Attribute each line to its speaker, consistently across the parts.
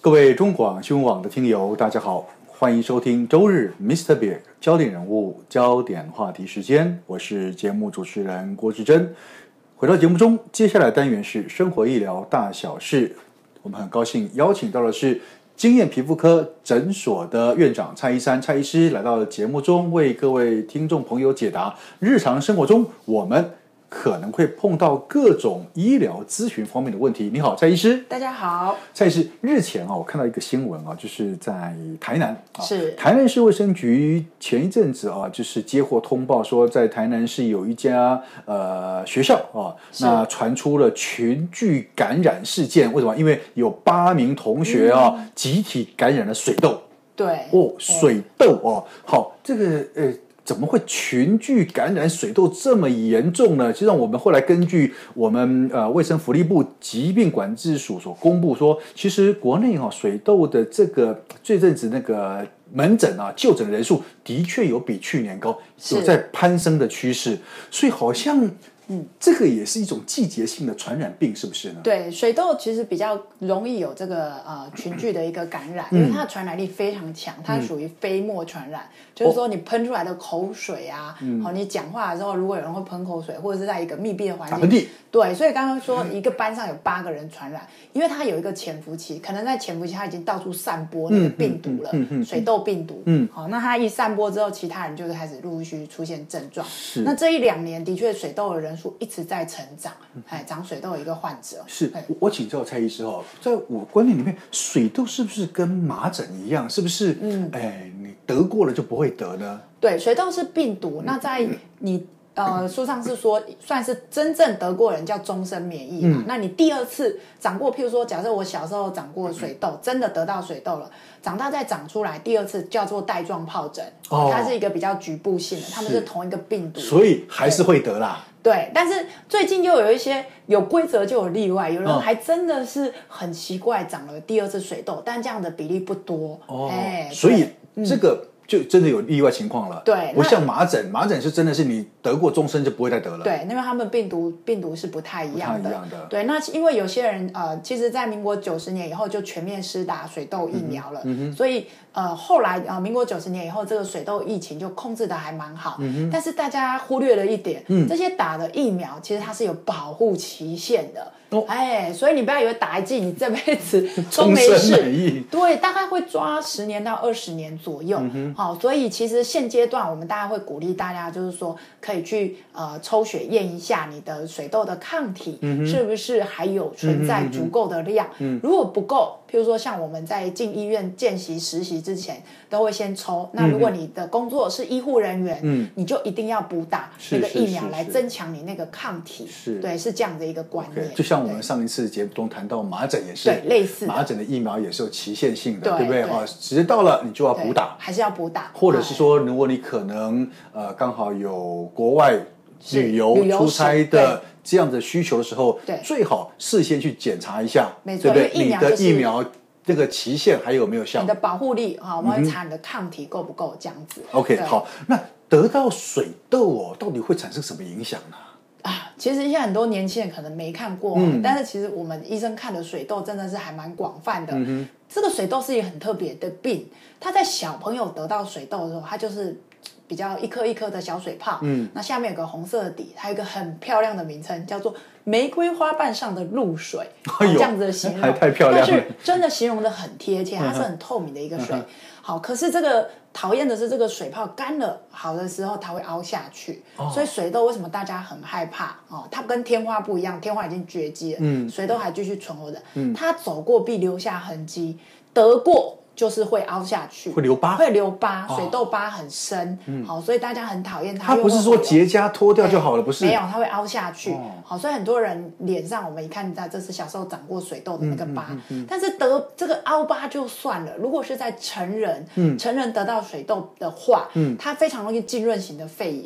Speaker 1: 各位中广新闻网的听友，大家好，欢迎收听周日 Mr. Big 焦点人物、焦点话题时间，我是节目主持人郭志珍。回到节目中，接下来单元是生活医疗大小事，我们很高兴邀请到的是经验皮肤科诊所的院长蔡一山蔡医师来到节目中，为各位听众朋友解答日常生活中我们可能会碰到各种医疗咨询方面的问题。你好，蔡医师。
Speaker 2: 大家好。
Speaker 1: 蔡医师，日前我看到一个新闻就是在台南
Speaker 2: 是
Speaker 1: 台南市卫生局前一阵子就是接获通报说，在台南市有一家学校那传出了群聚感染事件。为什么？因为有8名同学集体感染了水痘。
Speaker 2: 对
Speaker 1: 水痘好，这个怎么会群聚感染水痘这么严重呢？其实我们后来根据我们卫生福利部疾病管制署所公布说，其实国内水痘的这个这阵子那个门诊就诊的人数的确有比去年高，有在攀升的趋势，所以好像这个也是一种季节性的传染病，是不是呢？
Speaker 2: 对，水痘其实比较容易有这个群聚的一个感染，因为它的传染力非常强，它属于飞沫传染，就是说你喷出来的口水你讲话的时候，如果有人会喷口水，或者是在一个密闭的环境，
Speaker 1: 打喷嚏，对，
Speaker 2: 所以刚刚说一个班上有8个人传染，因为它有一个潜伏期，可能在潜伏期它已经到处散播那个病毒了，水痘病毒，那它一散播之后，其他人就开始陆续出现症状。那这1-2年的确水痘的人数一直在成长，长水痘的一个患者。
Speaker 1: 是我请教蔡医师在我观念里面，水痘是不是跟麻疹一样？是不是你得过了就不会得呢？
Speaker 2: 对，水痘是病毒，那在你书上是说算是真正得过人叫终身免疫嘛，那你第2次长过，譬如说假设我小时候长过水痘，真的得到水痘了，长大再长出来，第2次叫做带状疱疹，它是一个比较局部性的，它们是同一个病毒，
Speaker 1: 所以还是会得啦。
Speaker 2: 对，但是最近就有一些有规则就有例外，有人还真的是很奇怪长了第2次水痘，但这样的比例不多
Speaker 1: 所以这个就真的有例外情况了。
Speaker 2: 对，
Speaker 1: 不像麻疹是真的是你得过终身就不会再得了。
Speaker 2: 对，因为他们病毒是不太一样的。对，那因为有些人其实在民国90年以后就全面施打水痘疫苗了，所以后来民国90年以后这个水痘疫情就控制的还蛮好，但是大家忽略了一点，这些打的疫苗其实它是有保护期限的。所以你不要以为打一剂你这辈子都没事，对，大概会抓10年到20年左右。所以其实现阶段我们大概会鼓励大家，就是说可以去抽血验一下你的水痘的抗体是不是还有存在足够的量，如果不够，譬如说像我们在进医院见习实习之前都会先抽，那如果你的工作是医护人员，你就一定要补打那个疫苗来增强你那个抗体。对，是这样的一个观念。
Speaker 1: 就像我们上一次节目中谈到麻疹也是，
Speaker 2: 对，类似
Speaker 1: 麻疹的疫苗也是有期限性的，对不对？时间到了你就要补打，
Speaker 2: 还是要补打，
Speaker 1: 或者是说如果你可能刚好有国外旅游出差的这样的需求的时候，最好事先去检查一下，
Speaker 2: 没错，
Speaker 1: 对不对？你的疫苗这个期限还有没有效？
Speaker 2: 你的保护力我们会查你的抗体够不够，这样子。
Speaker 1: OK， 好，那得到水痘到底会产生什么影响呢？
Speaker 2: 其实现在很多年轻人可能没看过，但是其实我们医生看的水痘真的是还蛮广泛的。这个水痘是一个很特别的病，它在小朋友得到水痘的时候，它就是比较一颗一颗的小水泡，那下面有个红色的底，它有一个很漂亮的名称叫做玫瑰花瓣上的露水，这样子的形容
Speaker 1: 还太漂亮了，
Speaker 2: 但是真的形容的很贴切，它是很透明的一个水。好，可是这个讨厌的是这个水泡干了好的时候它会凹下去，所以水痘为什么大家很害怕它跟天花不一样，天花已经绝迹了，水痘还继续存活着，它走过必留下痕迹，得过就是会凹下去，
Speaker 1: 会留疤，
Speaker 2: 水痘疤很深，好，所以大家很讨厌它。
Speaker 1: 它不是说结痂脱掉就好了，不是？
Speaker 2: 没有，它会凹下去。好，所以很多人脸上我们一看到这是小时候长过水痘的那个疤，但是得这个凹疤就算了，如果是在成人得到水痘的话，它非常容易浸润型的肺炎。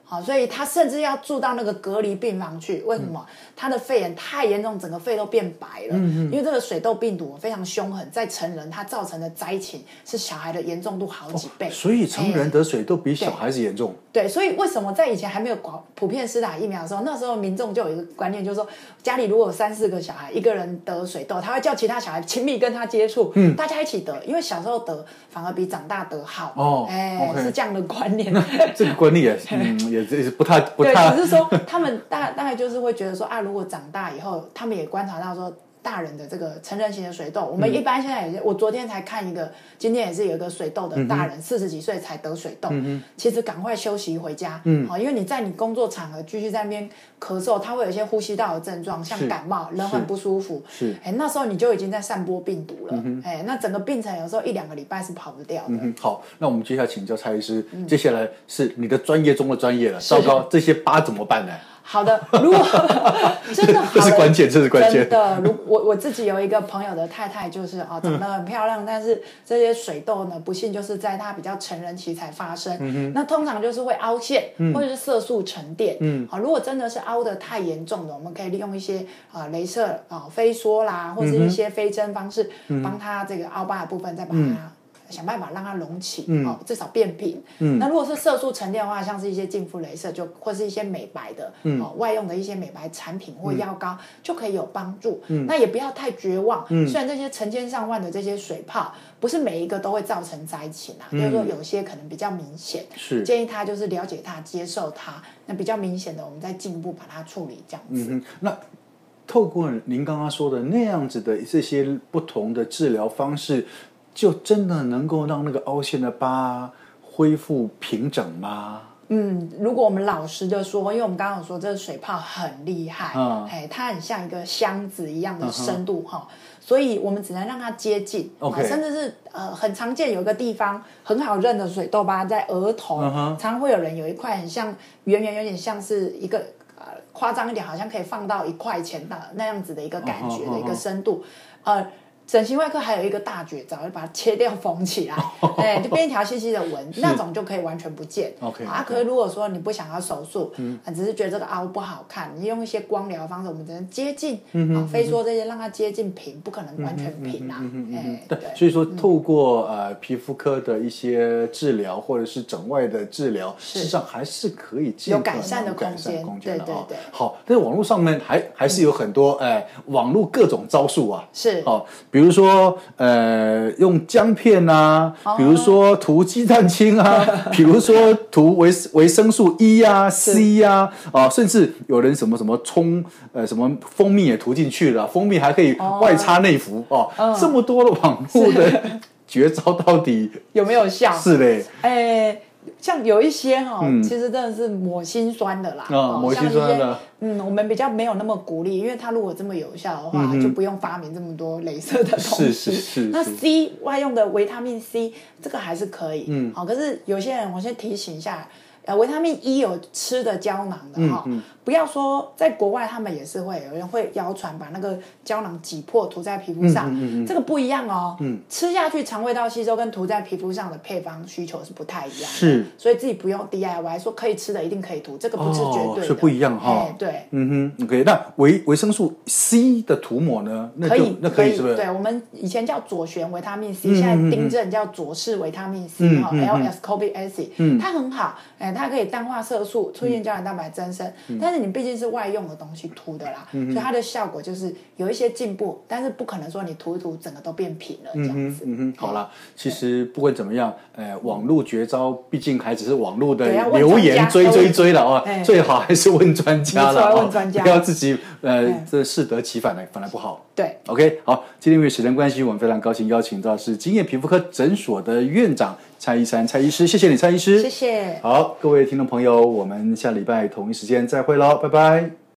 Speaker 2: 好，所以他甚至要住到那个隔离病房去。为什么？他的肺炎太严重，整个肺都变白了。因为这个水痘病毒非常凶狠，在成人它造成的灾情是小孩的严重度好几倍。
Speaker 1: 所以成人得水痘比小孩子严重。
Speaker 2: 对，所以为什么在以前还没有普遍施打疫苗的时候，那时候民众就有一个观念，就是说家里如果有3、4个小孩，一个人得水痘，他会叫其他小孩亲密跟他接触，大家一起得，因为小时候得反而比长大得好。是这样的观念。
Speaker 1: 这个观念也不太
Speaker 2: 对，只是说他们大概就是会觉得说啊，如果长大以后，他们也观察到说。大人的这个成人型的水痘，我们一般现在也是，我昨天才看一个，今天也是有一个水痘的大人，40几岁才得水痘，其实赶快休息回家，因为你在你工作场合继续在那边咳嗽，它会有一些呼吸道的症状，像感冒，人很不舒服，那时候你就已经在散播病毒了，那整个病程有时候1、2个礼拜是跑不掉的。
Speaker 1: 好，那我们接下来请教蔡医师，接下来是你的专业中的专业了，糟糕，这些疤怎么办呢？
Speaker 2: 好的，如果真的好的，
Speaker 1: 这是关键，这是关键。
Speaker 2: 真的，我自己有一个朋友的太太，就是长得很漂亮，但是这些水痘呢，不幸就是在她比较成人期才发生。那通常就是会凹陷，或者是色素沉淀。如果真的是凹得太严重的，我们可以利用一些雷射飞梭啦，或者一些飞针方式，帮它这个凹疤的部分再把它。想办法让它隆起，至少变平。那如果是色素沉淀的话，像是一些净肤雷射，或是一些美白的，外用的一些美白产品或药膏，就可以有帮助。那也不要太绝望。虽然这些成千上万的这些水泡，不是每一个都会造成灾情啊，就是说有些可能比较明显，建议他就是了解它、接受它。那比较明显的，我们再进一步把它处理，这样子。
Speaker 1: 那透过您刚刚说的那样子的这些不同的治疗方式。就真的能够让那个凹陷的疤恢复平整吗？
Speaker 2: 如果我们老实的说，因为我们刚刚有说这个水泡很厉害，它很像一个箱子一样的深度所以我们只能让它接近，甚至是很常见有一个地方很好认的水痘疤在额头，常会有人有一块很像圆圆，有点像是一个夸张一点，好像可以放到1块钱的那样子的一个感觉的一个深度，整形外科还有一个大绝招，就把它切掉缝起来，就变一条细细的纹，那种就可以完全不见。可是如果说你不想要手术，只是觉得这个凹不好看，你用一些光疗的方式，我们只能接近，飞梭这些让它接近平，不可能完全平啊。
Speaker 1: 对，所以说透过皮肤科的一些治疗或者是整外的治疗，事实上还是可以
Speaker 2: 有改善的空间。对。
Speaker 1: 好，但是网络上面还是有很多网络各种招数啊，
Speaker 2: 是
Speaker 1: 比如说用姜片啊，比如说涂鸡蛋清啊，比如说涂维生素 E 啊 C 啊，甚至有人什么冲什么蜂蜜也涂进去了，蜂蜜还可以外擦内服这么多的网络的绝招到底
Speaker 2: 有没有效？
Speaker 1: 是嘞，
Speaker 2: 像有一些其实真的是抹心酸的啦，
Speaker 1: 抹心酸的，
Speaker 2: 我们比较没有那么鼓励，因为它如果这么有效的话，就不用发明这么多雷射的东西。
Speaker 1: 是。
Speaker 2: 那 C 外用的维他命 C 这个还是可以，可是有些人我先提醒一下。维他命 E 有吃的胶囊的不要说在国外他们也是会有人会谣传把那个胶囊挤破涂在皮肤上，这个不一样吃下去肠胃道吸收跟涂在皮肤上的配方需求是不太一样的，所以自己不用 DIY 说可以吃的一定可以涂，这个不是绝对的，
Speaker 1: 是不一样
Speaker 2: 对
Speaker 1: ，OK， 那维生素 C 的涂抹呢？那可以是不是？
Speaker 2: 对，我们以前叫左旋维他命 C，现在订正叫左氏维他命 C，L-ascorbic acid，它很好，它可以淡化色素，促进胶原蛋白增生，但是你毕竟是外用的东西涂的啦，所以它的效果就是有一些进步，但是不可能说你涂一涂整个都变平了这样子。
Speaker 1: 好啦，其实不管怎么样，网络绝招毕竟还只是网络的留言追了最好还是问专家了，
Speaker 2: 问专家，
Speaker 1: 不要自己这适得其反反而不好。
Speaker 2: 对
Speaker 1: ，OK， 好，今天因为时间关系，我们非常高兴邀请到是京烨皮肤科诊所的院长蔡一山蔡医师，谢谢你蔡医师，
Speaker 2: 谢谢。
Speaker 1: 好，各位听众朋友，我们下礼拜同一时间再会喽，拜拜。